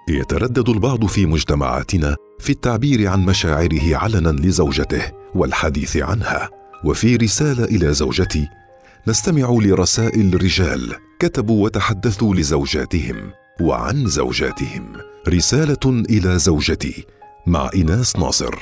يتردد البعض في مجتمعاتنا في التعبير عن مشاعره علنا لزوجته والحديث عنها. وفي رسالة إلى زوجتي نستمع لرسائل رجال كتبوا وتحدثوا لزوجاتهم وعن زوجاتهم. رسالة إلى زوجتي مع إيناس ناصر.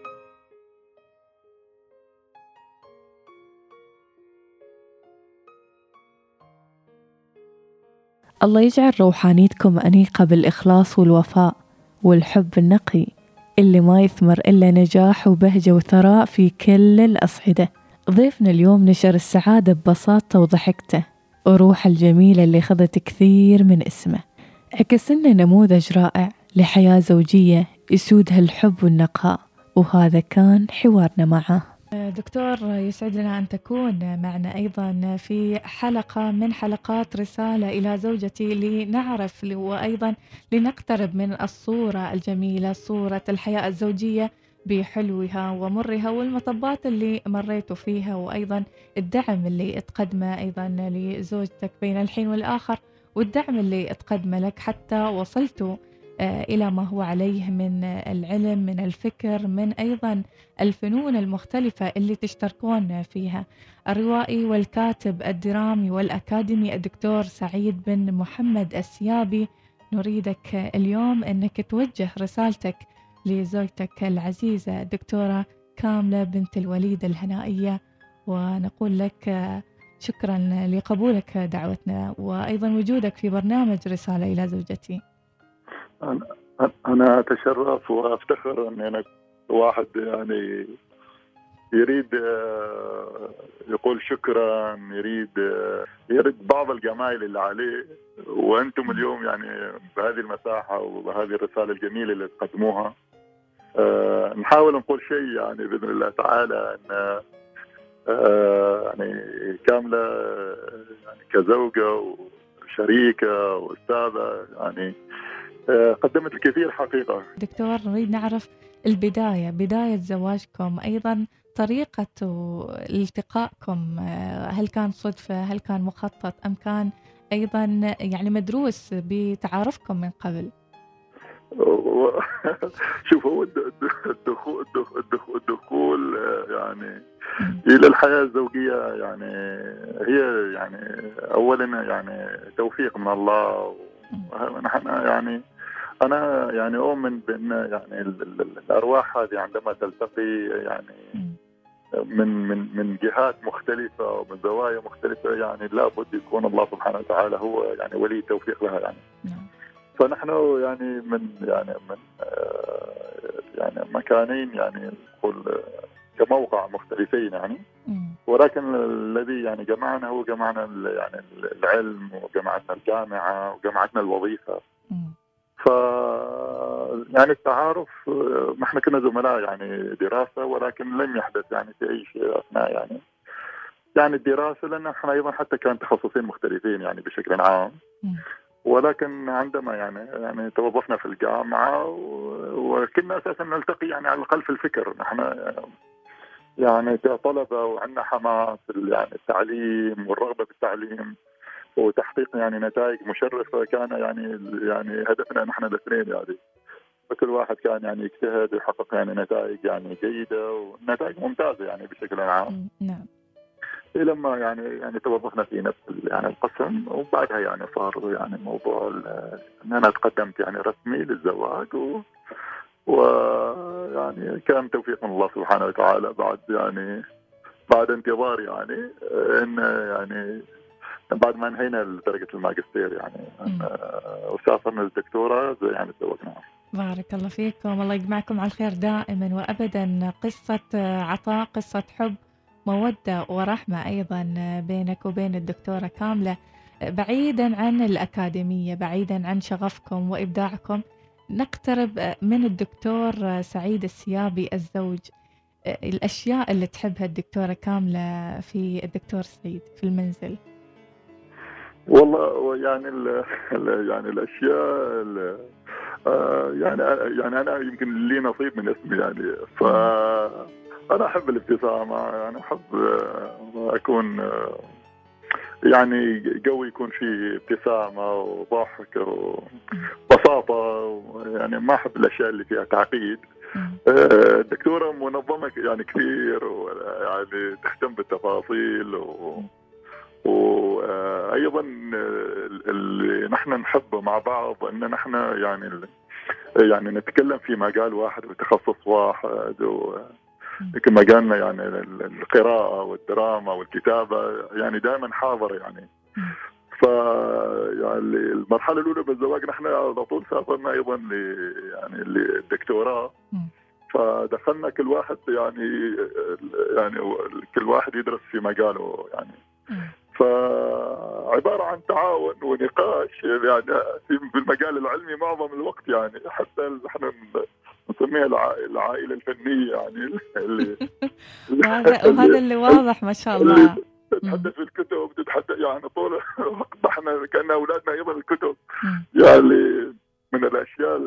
الله يجعل روحانيتكم أنيقة بالإخلاص والوفاء والحب النقي اللي ما يثمر إلا نجاح وبهجة وثراء في كل الأصعدة. ضيفنا اليوم نشر السعادة ببساطة وضحكته وروح الجميلة اللي خذت كثير من اسمه. عكس لنا نموذج رائع لحياة زوجية يسودها الحب والنقاء، وهذا كان حوارنا معه. دكتور، يسعدنا أن تكون معنا أيضا في حلقة من حلقات رسالة إلى زوجتي، لنعرف وأيضا لنقترب من الصورة الجميلة، صورة الحياة الزوجية بحلوها ومرها والمطبات اللي مريتوا فيها، وأيضا الدعم اللي تقدمه أيضا لزوجتك بين الحين والآخر، والدعم اللي تقدمه لك حتى وصلتوا إلى ما هو عليه من العلم، من الفكر، من أيضا الفنون المختلفة اللي تشتركون فيها. الروائي والكاتب الدرامي والأكاديمي الدكتور سعيد بن محمد السيابي، نريدك اليوم أنك توجه رسالتك لزوجتك العزيزة الدكتورة كاملة بنت الوليد الهنائية، ونقول لك شكرا لقبولك دعوتنا وأيضا وجودك في برنامج رسالة إلى زوجتي. أنا أتشرف وأفتخر أن أنا واحد يعني يريد يقول شكرا، يريد بعض الجمايل اللي عليه، وأنتم اليوم يعني بهذه المساحة وبهذه الرسالة الجميلة اللي تقدموها نحاول نقول شيء يعني بإذن الله تعالى أن يعني كاملة يعني كزوجة وشريكة وأستاذة يعني قدمت الكثير حقيقة. دكتور، نريد نعرف البداية، بداية زواجكم، أيضا طريقة التقائكم، هل كان صدفة، هل كان مخطط، أم كان أيضا يعني مدروس بتعارفكم من قبل؟ شوف، هو الدخول يعني إلى الحياة الزوجية يعني هي يعني أولا يعني توفيق من الله، ونحن يعني أنا يعني أؤمن بأن يعني الأرواح هذه عندما تلتقي يعني من جهات مختلفة ومن زوايا مختلفة يعني لابد يكون الله سبحانه وتعالى هو يعني ولي التوفيق لها يعني. فنحن يعني من مكانين يعني نقول كموقع مختلفين يعني، ولكن الذي يعني جمعنا هو جمعنا يعني العلم، وجمعتنا الجامعة، وجمعتنا الوظيفة. ف يعني التعارف نحن كنا زملاء يعني دراسة، ولكن لم يحدث يعني في أي شيء أثناء يعني الدراسة، لأن احنا أيضا حتى كان تخصصين مختلفين يعني بشكل عام. ولكن عندما يعني توظفنا في الجامعة وكنا أساسا نلتقي يعني على الأقل في الفكر، نحن يعني كطلبة وعندنا حماس يعني التعليم والرغبة في التعليم وتحقيق يعني نتائج مشرفة، كان يعني هدفنا نحن الاثنين يعني، فكل واحد كان يعني يجتهد ويحقق يعني نتائج يعني جيدة ونتائج ممتازة يعني بشكل عام. نعم. لما يعني توظفنا في نفس يعني القسم، وبعدها يعني صار يعني موضوع ان انا تقدمت يعني رسمي للزواج، ويعني كان توفيق من الله سبحانه وتعالى بعد انتظار يعني ان يعني بعد ما انهينا درجة الماجستير يعني وسافرنا للدكتوراه يعني تزوجنا. بارك الله فيكم، الله يجمعكم على الخير دائما وأبدا. قصة عطاء، قصة حب، مودة ورحمة أيضا بينك وبين الدكتورة كاملة، بعيدا عن الأكاديمية، بعيدا عن شغفكم وإبداعكم. نقترب من الدكتور سعيد السيابي الزوج، الأشياء اللي تحبها الدكتورة كاملة في الدكتور سعيد في المنزل. والله يعني يعني الأشياء يعني أنا يمكن لي نصيب من اسمي يعني، فأنا أحب الابتسامة، يعني أحب أكون يعني جو يكون فيه ابتسامة وضحك وبساطة يعني ما أحب الأشياء اللي فيها تعقيد. الدكتورة منظمة يعني كثير، ويعني تهتم بالتفاصيل وأيضا اللي نحن نحبه مع بعض أن نحن يعني نتكلم في مجال واحد وتخصص واحد، كما قالنا يعني القراءة والدراما والكتابة يعني دائما حاضر يعني. يعني المرحلة الأولى بالزواج نحن على طول سافرنا أيضا يعني للدكتوراه، فدخلنا كل واحد يعني كل واحد يدرس في مجاله يعني، فعبارة عن تعاون ونقاش يعني في المجال العلمي معظم الوقت يعني، حتى احنا نسميها العائلة الفنية يعني وهذا اللي واضح ما شاء الله. تتحدث في الكتب، تتحدث يعني طول الوقت احنا كأن أولادنا أيضا الكتب يعني. من الأشياء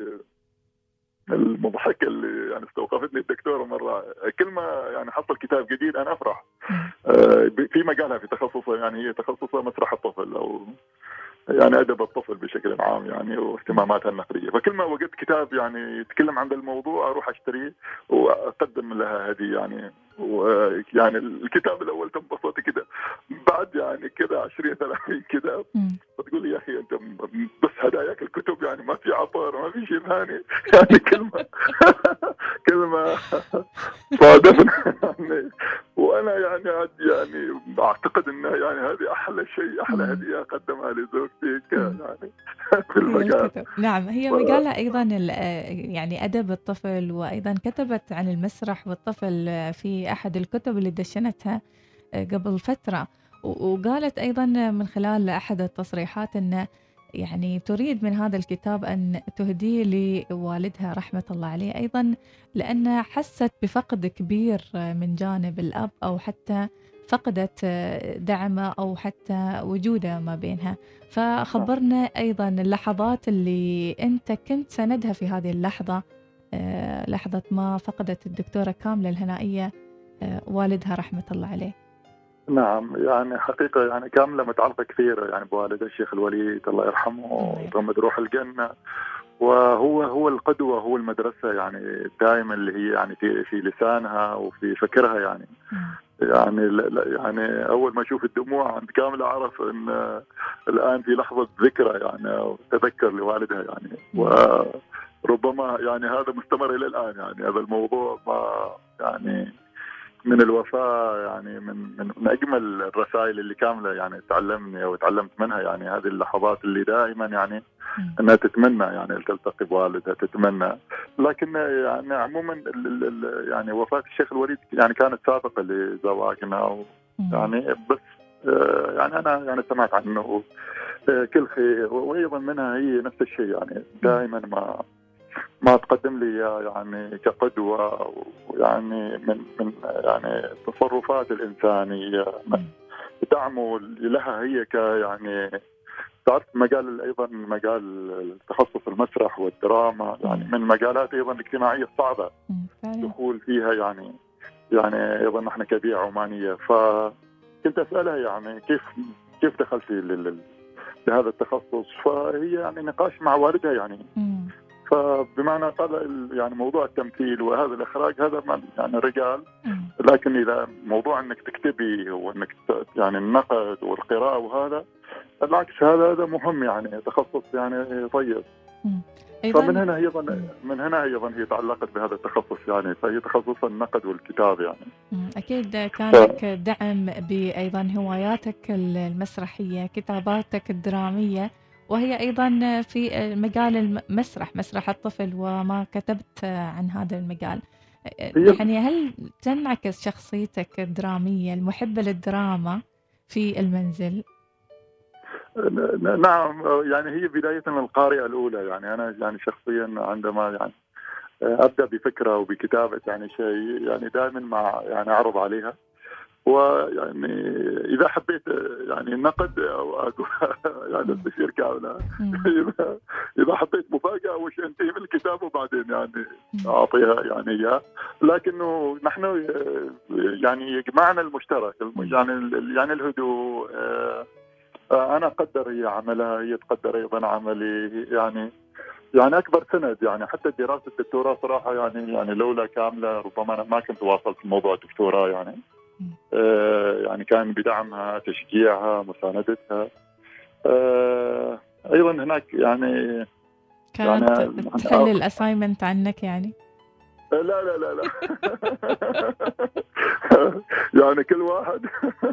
المضحكة اللي يعني استوقفتني الدكتورة مرة، كل ما يعني حصل كتاب جديد أنا أفرح في مجالها في تخصصها، يعني هي تخصصها مسرح الطفل أو يعني أدب الطفل بشكل عام يعني واهتماماتها النقدية. فكل ما وجدت كتاب يعني يتكلم عن الموضوع أروح أشتريه وأقدم لها هدية يعني. ويعني الكتاب الأول تنبسط كده، بعد يعني كده 20-30 كتاب فتقول لي يا أخي أنت بس هداياك الكتب يعني ما في عطار ما في شيء ثاني يعني كلمة صادفنا يعني. وأنا يعني أعتقد أن يعني هذه أحلى شيء، أحلى هدية أقدمها لزوجتي يعني في المجال. نعم، هي مجالها أيضا يعني أدب الطفل، وأيضا كتبت عن المسرح والطفل في أحد الكتب اللي دشنتها قبل فترة، وقالت أيضا من خلال أحد التصريحات أن يعني تريد من هذا الكتاب أن تهديه لوالدها رحمة الله عليه، أيضا لأن حست بفقد كبير من جانب الأب، أو حتى فقدت دعمه أو حتى وجوده ما بينها. فخبرنا أيضا اللحظات اللي أنت كنت سندها في هذه اللحظة، لحظة ما فقدت الدكتورة كاملة الهنائية والدها رحمة الله عليه. نعم، يعني حقيقة يعني كاملة متعلقة كثير يعني بوالدها الشيخ الوليد الله يرحمه ويغمد روح الجنة، وهو القدوة، هو المدرسة يعني دائما اللي هي يعني في لسانها وفي فكرها يعني. يعني أول ما أشوف الدموع عند كاملة أعرف أن الآن في لحظة ذكرى يعني أو تذكر لوالدها يعني. وربما يعني هذا مستمر إلى الآن يعني هذا الموضوع ما يعني من الوفاة يعني من أجمل الرسائل اللي كاملة يعني تعلمني أو تعلمت منها يعني هذه اللحظات اللي دائما يعني أنها تتمنى يعني تلتقي بوالدها تتمنى. لكن يعني عموما يعني وفاة الشيخ الوليد يعني كانت سابقة لزواجنا يعني بس يعني أنا يعني سمعت عنه كل خير، وأيضا منها هي نفس الشيء يعني دائما ما تقدم لي يعني كقدوة ويعني من يعني التصرفات الإنسانية دعمه لها هي يعني تعرف مجال أيضا مجال تخصص المسرح والدراما يعني من مجالات أيضا الاجتماعية الصعبة دخول فيها يعني أيضا نحن كبيعة عمانية. فكنت أسألها يعني كيف دخلتي لهذا التخصص، فهي يعني نقاش مع والدها يعني فبمعنى قال يعني موضوع التمثيل وهذا الإخراج هذا يعني رجال، لكن إذا موضوع أنك تكتبي وأنك يعني النقد والقراءة وهذا بالعكس هذا مهم يعني تخصص يعني طيب. فمن هنا أيضا هي تعلقت بهذا التخصص يعني، فهي تخصص النقد والكتاب يعني. أكيد كان لك دعم بأيضا هواياتك المسرحية كتاباتك الدرامية، وهي أيضا في مجال المسرح مسرح الطفل وما كتبت عن هذا المجال. يعني هل تنعكس شخصيتك الدرامية المحبة للدراما في المنزل؟ نعم، يعني هي بداية من القارئة الأولى يعني أنا يعني شخصيا عندما يعني أبدأ بفكرة وبكتابة يعني شيء يعني دائما ما يعني أعرض عليها، ويعني إذا حبيت يعني النقد أو يعني استشير كاملة إذا حبيت مفاجأة وش أنتهي من الكتاب وبعدين يعني أعطيها يعني إياه. لكنه نحن يعني يجمعنا المشترك يعني الهدوء. أنا أقدر هي عملها، هي تقدر أيضا عملي يعني. يعني أكبر سند، يعني حتى دراسة الدكتوراه صراحة يعني لولا كاملة ربما أنا ما كنت واصلت لموضوع الدكتوراه يعني. يعني كان بدعمها، تشجيعها، مساندتها. أيضا هناك يعني كانت تحل الأسايمنت عنك يعني؟ لا يعني كل واحد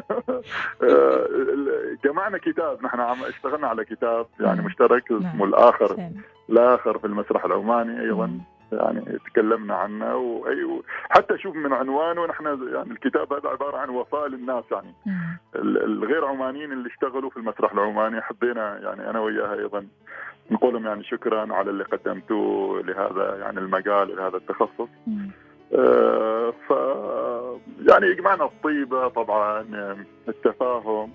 جمعنا كتاب، نحن اشتغلنا على كتاب يعني مشترك اسمه الآخر في المسرح العماني أيضا. يعني تكلمنا عنه، حتى شوف من عنوانه نحن يعني الكتاب هذا عبارة عن وفاء للناس، يعني الغير عمانيين اللي اشتغلوا في المسرح العماني. حبينا يعني أنا وياها أيضا نقول لهم يعني شكرا على اللي قدمتوه لهذا يعني المجال لهذا التخصص. ف يعني يجمعنا الطيبة طبعا، التفاهم،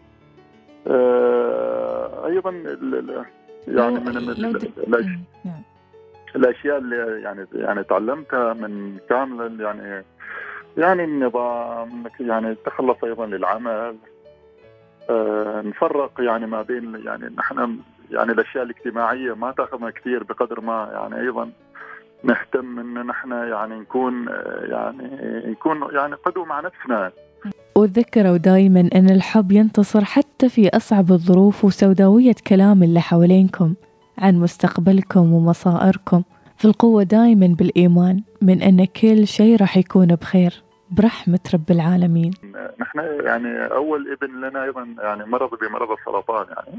أيضا يعني من الأشياء اللي يعني تعلمتها من كامل يعني النظام، يعني تخلص أيضا للعمل، نفرق يعني ما بين يعني نحن يعني الأشياء الاجتماعية ما تأخذنا كثير بقدر ما يعني أيضا نهتم إن نحن يعني نكون يعني قدوة مع نفسنا. وتذكروا دائما أن الحب ينتصر حتى في أصعب الظروف، وسوداوية كلام اللي حوالينكم عن مستقبلكم ومصائركم. في القوة دائما بالإيمان من أن كل شيء راح يكون بخير برحمة رب العالمين. نحن يعني أول ابن لنا أيضا يعني مرض بمرض السرطان يعني.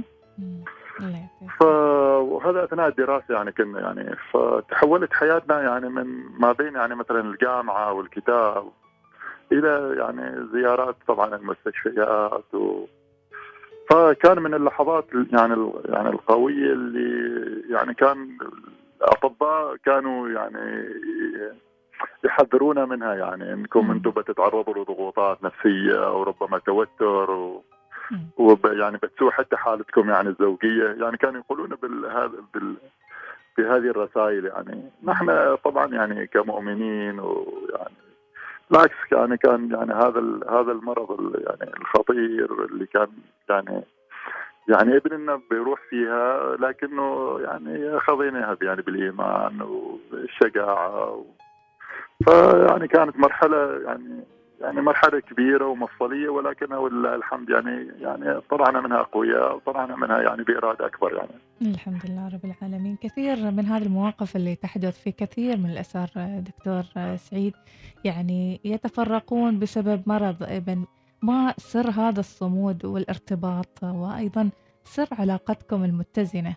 وهذا أثناء الدراسة يعني كنا يعني فتحولت حياتنا يعني من ما بين يعني مثلا الجامعة والكتاب إلى يعني زيارات طبعا المستشفيات فكان من اللحظات يعني القوية اللي يعني كان الأطباء كانوا يعني يحذرونا منها، يعني انكم انتم بتتعرضوا لضغوطات نفسيه وربما توتر يعني بتسوء حتى حالتكم يعني الزوجيه، يعني كانوا يقولون بهذه الرسائل. يعني نحن طبعا يعني كمؤمنين ويعني بالعكس كان يعني هذا المرض يعني الخطير اللي كان يعني ابننا بيروح فيها، لكنه يعني خذيناها يعني بالايمان والشجاعه فيعني كانت مرحلة يعني مرحلة كبيرة ومفصلية، ولكنها ولله الحمد يعني طلعنا منها أقوياء وطلعنا منها يعني بإرادة أكبر يعني. الحمد لله رب العالمين. كثير من هذه المواقف اللي تحدث في كثير من الأسر دكتور سعيد يعني يتفرقون بسبب مرض ابن. ما سر هذا الصمود والارتباط، وأيضا سر علاقتكم المتزنة؟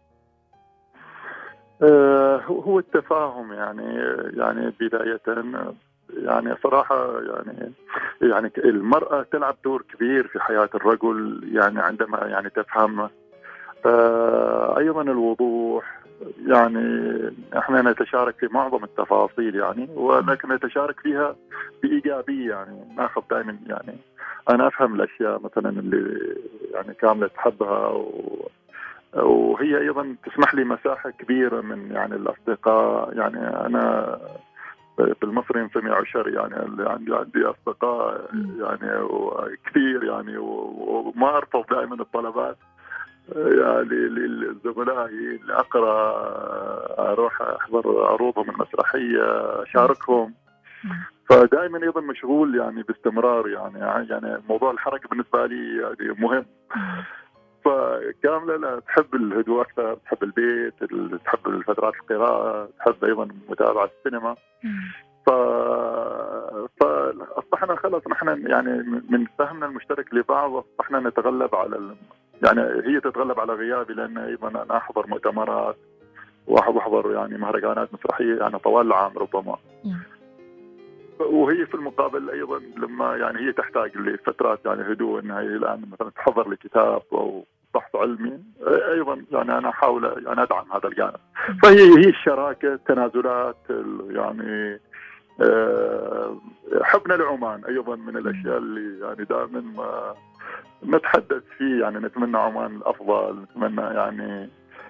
هو التفاهم يعني بداية يعني صراحة يعني المرأة تلعب دور كبير في حياة الرجل يعني عندما يعني تفهم. أيضا الوضوح، يعني احنا نتشارك في معظم التفاصيل يعني، ولكن نتشارك فيها بإيجابية. يعني ناخذ دائما يعني أنا أفهم الأشياء مثلا اللي يعني كاملة تحبها وهي أيضا تسمح لي مساحة كبيرة من يعني الأصدقاء. يعني أنا بالمصري نسمي عشر، يعني اللي عندي أصدقاء يعني وكثير يعني وما أرفض دائما الطلبات يعني للزملاء اللي أقرأ، أروح أحضر عروضهم المسرحية، أشاركهم. فدائما أيضا مشغول يعني باستمرار يعني موضوع الحركة بالنسبة لي يعني مهم. فكاملة لا تحب الهدوء أكثر، تحب البيت، تحب الفترات القراءة، تحب أيضا متابعة السينما. فأصبحنا خلص نحن يعني من فهمنا المشترك لبعض أصبحنا نتغلب على يعني هي تتغلب على غيابي، لأن أيضا أنا أحضر مؤتمرات وأحضر يعني مهرجانات مسرحية يعني طوال العام ربما. وهي في المقابل أيضا لما يعني هي تحتاج لفترات يعني هدوء، إنها الآن مثلا تحضر لكتاب أو بحث علمي، أيضا يعني أنا أحاول يعني أدعم هذا الجانب. فهي الشراكة، التنازلات، يعني حبنا لعمان أيضا من الأشياء اللي يعني دائما ما نتحدث فيه. يعني نتمنى عمان الأفضل، نتمنى يعني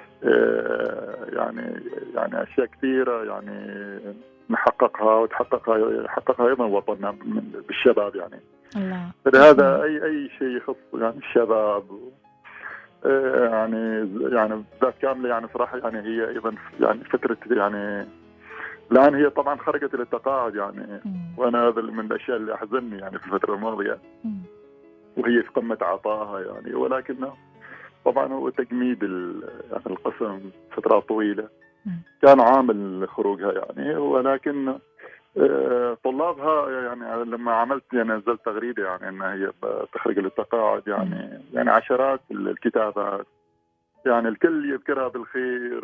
يعني أشياء كثيرة يعني نحققها ويحققها أيضا وطننا بالشباب يعني. الله. هذا أي شيء يخص يعني الشباب يعني ذات كاملة يعني صراحة يعني هي أيضا يعني فترة يعني الآن هي طبعا خرجت للتقاعد يعني، وأنا هذا من الأشياء اللي أحزنني يعني في الفترة الماضية، وهي في قمة عطائها يعني، ولكن طبعا هو تجميد يعني القسم فترات طويلة كان عامل خروجها يعني. ولكن طلابها يعني لما عملت يعني نزلت تغريدة يعني أنها هي تخرج للتقاعد يعني عشرات الكتابات، يعني الكل يذكرها بالخير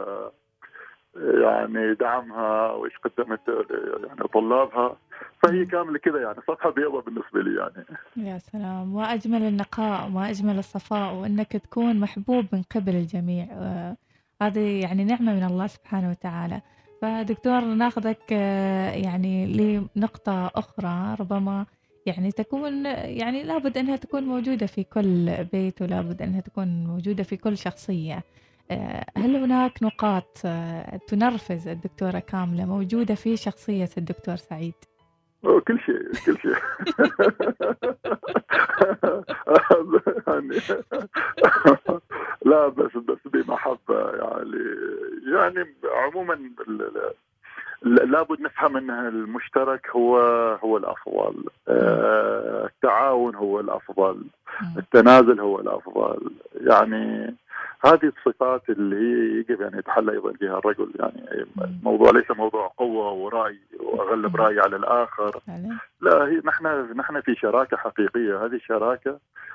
ويعني دعمها وإيش قدمت يعني طلابها، فهي كاملة كذا يعني صفحة بيضاء بالنسبة لي يعني. يا سلام، وأجمل النقاء وأجمل الصفاء، وأنك تكون محبوب من قبل الجميع. هذه يعني نعمة من الله سبحانه وتعالى. فدكتور ناخذك يعني لنقطة أخرى ربما يعني تكون يعني لابد أنها تكون موجودة في كل بيت، ولابد أنها تكون موجودة في كل شخصية. هل هناك نقاط تنرفز الدكتورة كاملة موجودة في شخصية الدكتور سعيد؟ كل شيء يعني لا بس بمحبة يعني عموما لابد نفهم ان المشترك هو الافضل، التعاون هو الافضل، التنازل هو الافضل، يعني هذه الصفات اللي هي يجب يعني يتحلى ايضا فيها الرجل. يعني الموضوع ليس موضوع قوه وراي واغلب رايي على الاخر، لا، هي نحن في شراكه حقيقيه. هذه الشراكه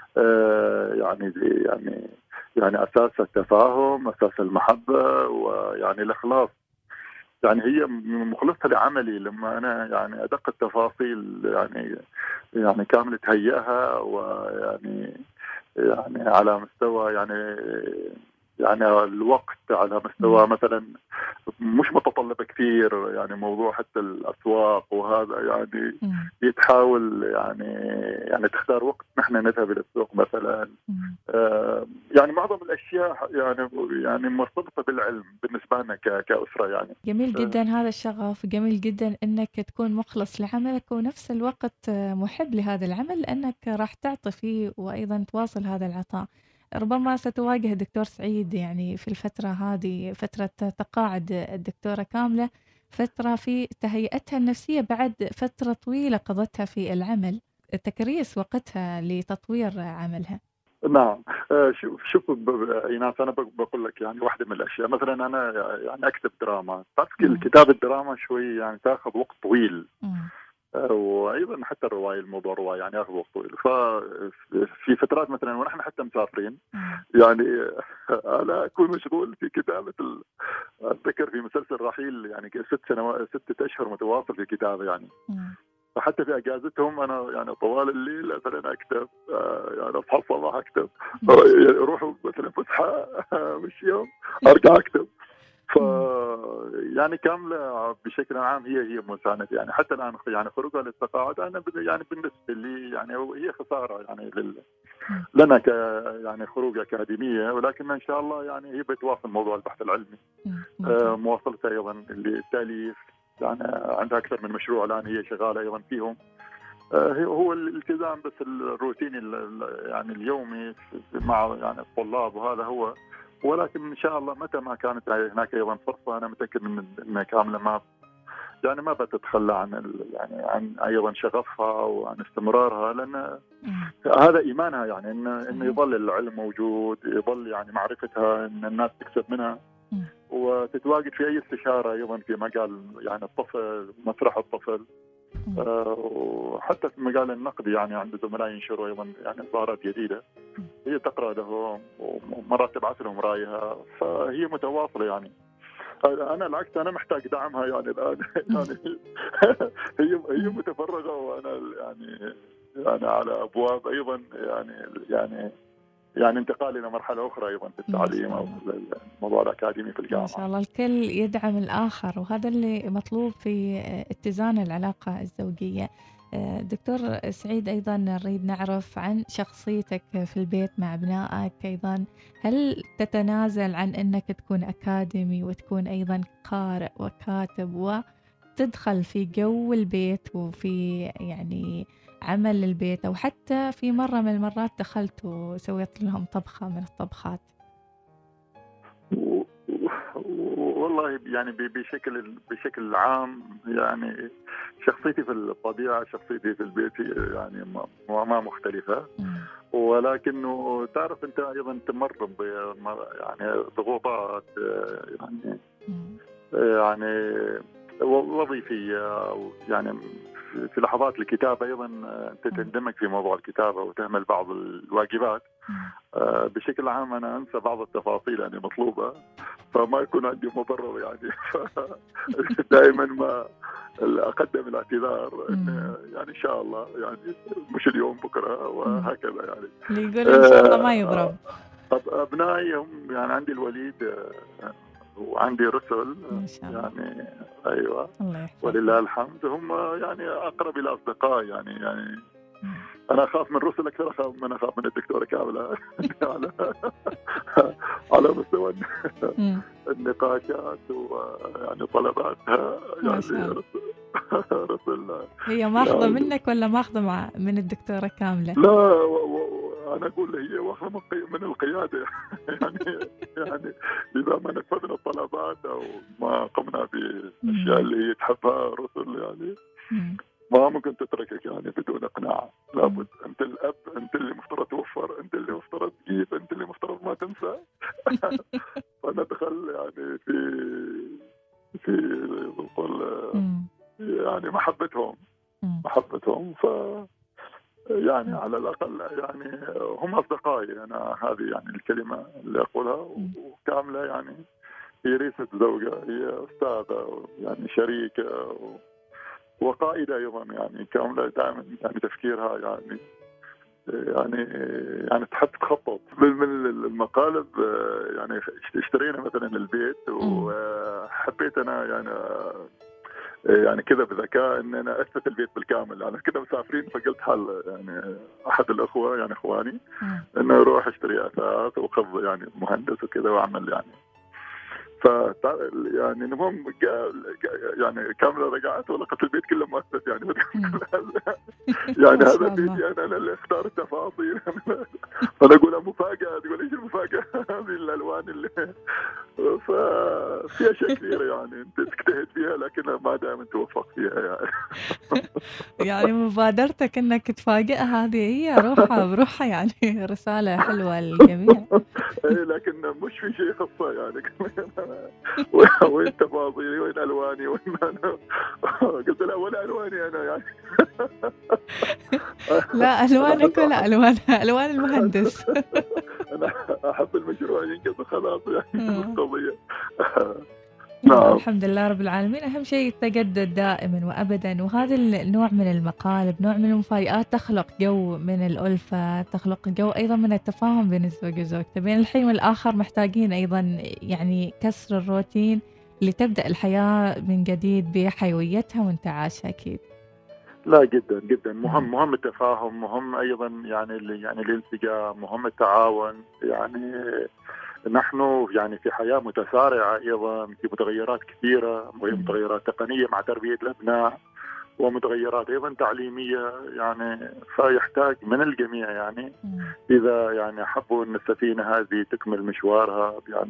يعني اساس التفاهم، اساس المحبه، ويعني الاخلاص. يعني هي مخلصة لعملي لما أنا يعني أدق التفاصيل يعني كامل تهيئها، ويعني على مستوى يعني الوقت، على مستوى مثلا مش متطلبة كثير، يعني موضوع حتى الأسواق وهذا يعني يتحاول يعني تختار وقت نحن نذهب إلى السوق مثلا. يعني معظم الأشياء يعني مرتبطة بالعلم بالنسبة لنا كأسرة يعني. جميل جدا هذا الشغف، جميل جدا أنك تكون مخلص لعملك ونفس الوقت محب لهذا العمل، لأنك راح تعطي فيه وأيضا تواصل هذا العطاء. ربما ستواجه الدكتور سعيد يعني في الفترة هذه فترة تقاعد الدكتورة كاملة، فترة في تهيئتها النفسية بعد فترة طويلة قضتها في العمل، تكريس وقتها لتطوير عملها. نعم. شوف ايناس، انا بقول لك يعني واحده من الاشياء، مثلا انا يعني اكتب دراما، تعرف كتابه الدراما شوي يعني تاخذ وقت طويل، وايضا حتى الروايه، الموضوع روايه يعني ياخذ وقت طويل. ففي فترات مثلا ونحن حتى مسافرين يعني انا اكون مشغول في كتابه اتذكر في مسلسل رحيل يعني 6 أشهر متواصل في كتابه يعني. فحتى في اجازتهم انا يعني طوال الليل مثلا اكتب، يعني اصحى الصباح اكتب، يروحوا مثلا فسحه مش يوم ارجع اكتب. ف يعني كامله بشكل عام هي مساندة يعني. حتى الان يعني خروجها للتقاعد انا يعني بالنسبه لي يعني هي خساره يعني لنا يعني خروج اكاديميه، ولكن ان شاء الله يعني هي بتواصل موضوع البحث العلمي، مواصلتها ايضا التاليف، يعني عندها اكثر من مشروع الان هي شغاله ايضا فيهم. هو الالتزام بس الروتيني يعني اليومي مع يعني الطلاب وهذا هو. ولكن ان شاء الله متى ما كانت هناك ايضا فرصه، انا متاكد ان كامله ما بتتخلى عن ايضا شغفها وعن استمرارها، لان هذا ايمانها يعني انه يظل العلم موجود، يظل يعني معرفتها ان الناس تكسب منها، وتتواجد في اي استشاره ايضا في مجال يعني الطفل، مسرح الطفل، وحتى في مجال النقد يعني عند زملاء ينشروا ايضا يعني ظاهرات جديده، هي تقرا لهم ومرات تبعث لهم رايها، فهي متواصله يعني. انا العكس، انا محتاج دعمها يعني الان يعني هي متفرغه، وانا يعني على ابواب ايضا يعني انتقال الى مرحله اخرى ايضا في التعليم او الموضوع الاكاديمي في الجامعه. ما شاء الله الكل يدعم الاخر، وهذا اللي مطلوب في اتزان العلاقه الزوجيه. دكتور سعيد، ايضا نريد نعرف عن شخصيتك في البيت مع ابنائك ايضا. هل تتنازل عن انك تكون اكاديمي وتكون ايضا قارئ وكاتب وتدخل في جو البيت وفي يعني عمل البيت، أو حتى في مرة من المرات دخلت وسويت لهم طبخة من الطبخات؟ والله يعني بشكل عام يعني شخصيتي في الطبيعة، شخصيتي في البيت يعني ما مختلفة، ولكنه تعرف أنت أيضا تمر يعني ضغوطات يعني وظيفية، يعني في لحظات الكتابة أيضا أنت تندمج في موضوع الكتابة وتهمل بعض الواجبات. بشكل عام أنا أنسى بعض التفاصيل يعني مطلوبة، فما يكون عندي مبرر يعني دائما ما أقدم الاعتذار يعني إن شاء الله يعني مش اليوم بكرة وهكذا يعني. اللي يقول إن شاء الله ما يضرب. أبنائي هم يعني عندي الوليد وعندي رسل يعني أيوة ولله الحمد، هم يعني أقرب إلى أصدقاء يعني أنا أخاف من رسل أكثر من أخاف من الدكتورة كاملة على مستوى النقاشات ويعني طلباتها يعني رسل. هي ماخذة يعني منك ولا ماخذة من الدكتورة كاملة؟ لا أنا أقول هي واخذة من القيادة يعني إذا ما نفذنا الطلبات أو ما قمنا بالأشياء اللي هي تحبها رسل يعني ما ممكن تتركك يعني بدون إقناع. لابد أنت الأب، أنت اللي مفترض توفر، أنت اللي مفترض تجيب، أنت اللي مفترض ما تنسى. فندخل يعني في نقول يعني محبتهم ف يعني على الأقل يعني هم أصدقائي. أنا هذه يعني الكلمة اللي أقولها. وكاملة يعني هي ليست زوجة، هي أستاذة يعني شريكة وقائدة أيضا يعني. كاملة دائما يعني تفكيرها يعني تحب تخطط من المقالب. يعني اشترينا مثلا البيت وحبيت أنا يعني كذا بذكاء ان انا اثبت البيت بالكامل. انا كنا مسافرين فقلت حل يعني احد الاخوه يعني اخواني انه يروح اشتري اثاث وخذ يعني مهندس وكذا واعمل يعني. ف يعني المهم يعني كامله رجعت ولقت البيت كله مؤسس يعني يعني هذا بيتي انا اللي اختار التفاصيل. فانا اقول مفاجاه، تقول ايش المفاجاه؟ هذه الالوان اللي ففي اشياء كثيره يعني انت تجتهد فيها لكن ما دائما توفق فيها يعني. يعني مبادرتك انك تفاجئها هذه هي روحها بروحها يعني رساله حلوه للجميع. اي لكن مش في شيء خاصه يعني وين تفاصيلي وين الواني وين انا قلت لها ولا الواني انا يعني. لا الوانك ولا الوانها، الوان المهندس. انا احب المشروع ينقذ خلاص يعني القضيه. الحمد لله رب العالمين. أهم شيء التجدد دائما وأبدا، وهذا النوع من المقالب نوع من المفاجآت تخلق جو من الألفة، تخلق جو أيضا من التفاهم بين الزوج وزوجته، بين الحين والآخر محتاجين أيضا يعني كسر الروتين لتبدأ الحياة من جديد بحيويتها وانتعاشها. أكيد لا جدا جدا مهم التفاهم، مهم أيضا يعني الالتقاء، مهم التعاون. يعني نحن يعني في حياة متسارعة أيضا، في متغيرات كثيرة، متغيرات تقنية مع تربية الأبناء ومتغيرات أيضا تعليمية يعني. فيحتاج من الجميع يعني إذا يعني حبوا أن السفينة هذه تكمل مشوارها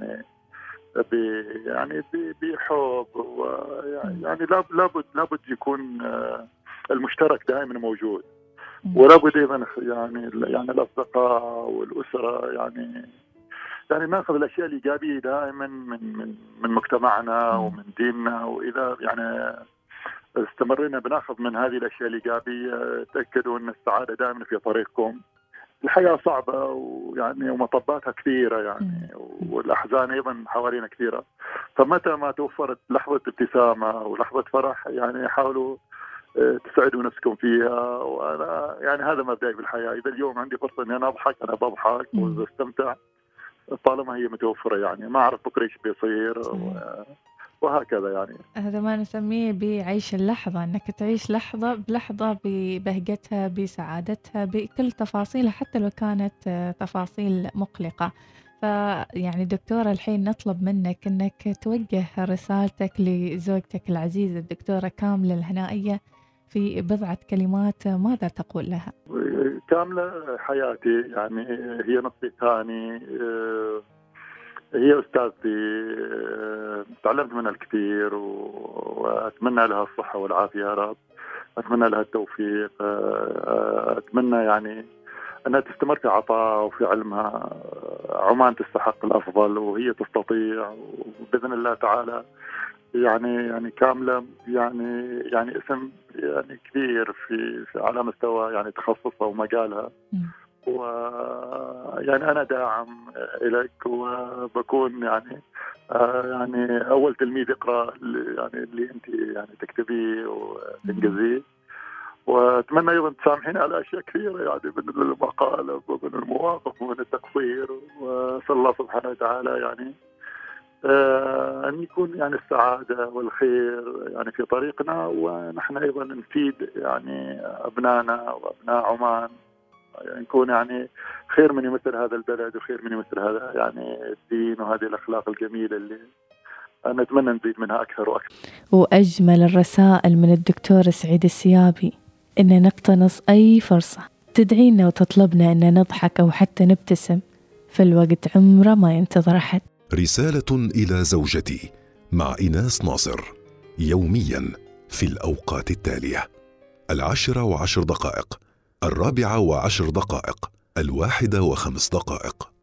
يعني بحب يعني لابد يكون المشترك دائما موجود، ولابد أيضا يعني الأصدقاء والأسرة يعني ناخذ الاشياء الايجابيه دائما من مجتمعنا ومن ديننا. واذا يعني استمرينا بناخذ من هذه الاشياء الايجابيه تاكدوا ان السعاده دائما في طريقكم. الحياه صعبه ويعني ومطباتها كثيره يعني، والاحزان ايضا حوالينا كثيره. فمتى ما توفرت لحظه ابتسامه ولحظه فرح يعني حاولوا تسعدوا نفسكم فيها. وانا يعني هذا مبدئي بالحياه. اذا اليوم عندي فرصه اني انا اضحك انا بضحك واستمتع طالما هي متوفرة يعني. ما أعرف بكرة إيش بيصير وهكذا يعني. هذا ما نسميه بعيش اللحظة، أنك تعيش لحظة بلحظة ببهجتها بسعادتها بكل تفاصيلها حتى لو كانت تفاصيل مقلقة. فيعني دكتورة الحين نطلب منك أنك توجه رسالتك لزوجتك العزيزة الدكتورة كاملة الهنائية في بضعة كلمات ماذا تقول لها؟ كاملة حياتي، يعني هي نصفي الثاني، هي أستاذتي، تعلمت منها الكثير وأتمنى لها الصحة والعافية يا رب. أتمنى لها التوفيق، أتمنى يعني أنها تستمر في عطاء وفي علمها. عمان تستحق الأفضل وهي تستطيع، وبإذن الله تعالى يعني كاملة يعني اسم يعني كبير في على مستوى يعني تخصصها ومجالها. ويعني أنا داعم إليك، وبكون يعني أول تلميذ يقرأ يعني اللي أنت يعني تكتبيه وتنجزيه. وأتمنى أيضا تسامحين على أشياء كثيرة يعني من المقالب ومن المواقف ومن التقصير، وأسأل الله سبحانه وتعالى يعني أن يكون يعني السعادة والخير يعني في طريقنا، ونحن أيضا نفيد يعني أبنائنا وأبناء عمان، يعني نكون يعني خير من يمثل هذا البلد وخير من يمثل هذا يعني الدين وهذه الأخلاق الجميلة اللي نتمنى نزيد منها أكثر وأكثر. وأجمل الرسائل من الدكتور سعيد السيابي إن نقتنص أي فرصة تدعينا وتطلبنا إن نضحك أو حتى نبتسم، فالوقت عمره ما ينتظر أحد. رسالة إلى زوجتي مع إيناس ناصر، يوميا في الأوقات التالية: 10:10، 4:10، 1:05.